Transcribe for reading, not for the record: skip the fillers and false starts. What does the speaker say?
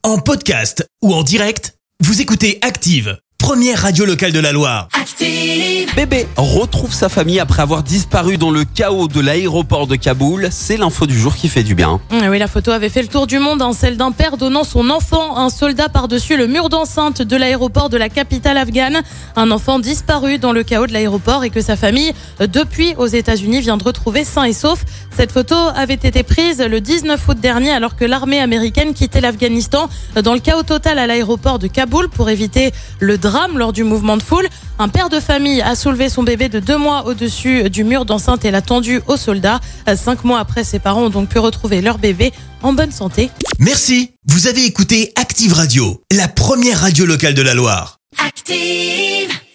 En podcast ou en direct, vous écoutez Active, première radio locale de la Loire. Active. Bébé retrouve sa famille après avoir disparu dans le chaos de l'aéroport de Kaboul. C'est l'info du jour qui fait du bien. Oui, la photo avait fait le tour du monde, celle d'un père donnant son enfant, un soldat par-dessus le mur d'enceinte de l'aéroport de la capitale afghane. Un enfant disparu dans le chaos de l'aéroport et que sa famille, depuis aux États-Unis, vient de retrouver sain et sauf. Cette photo avait été prise le 19 août dernier alors que l'armée américaine quittait l'Afghanistan dans le chaos total à l'aéroport de Kaboul pour éviter le drame lors du mouvement de foule. Un père de famille a soulevé son bébé de 2 mois au-dessus du mur d'enceinte et l'a tendu aux soldats. 5 mois après, ses parents ont donc pu retrouver leur bébé en bonne santé. Merci, vous avez écouté Active Radio, la première radio locale de la Loire. Active.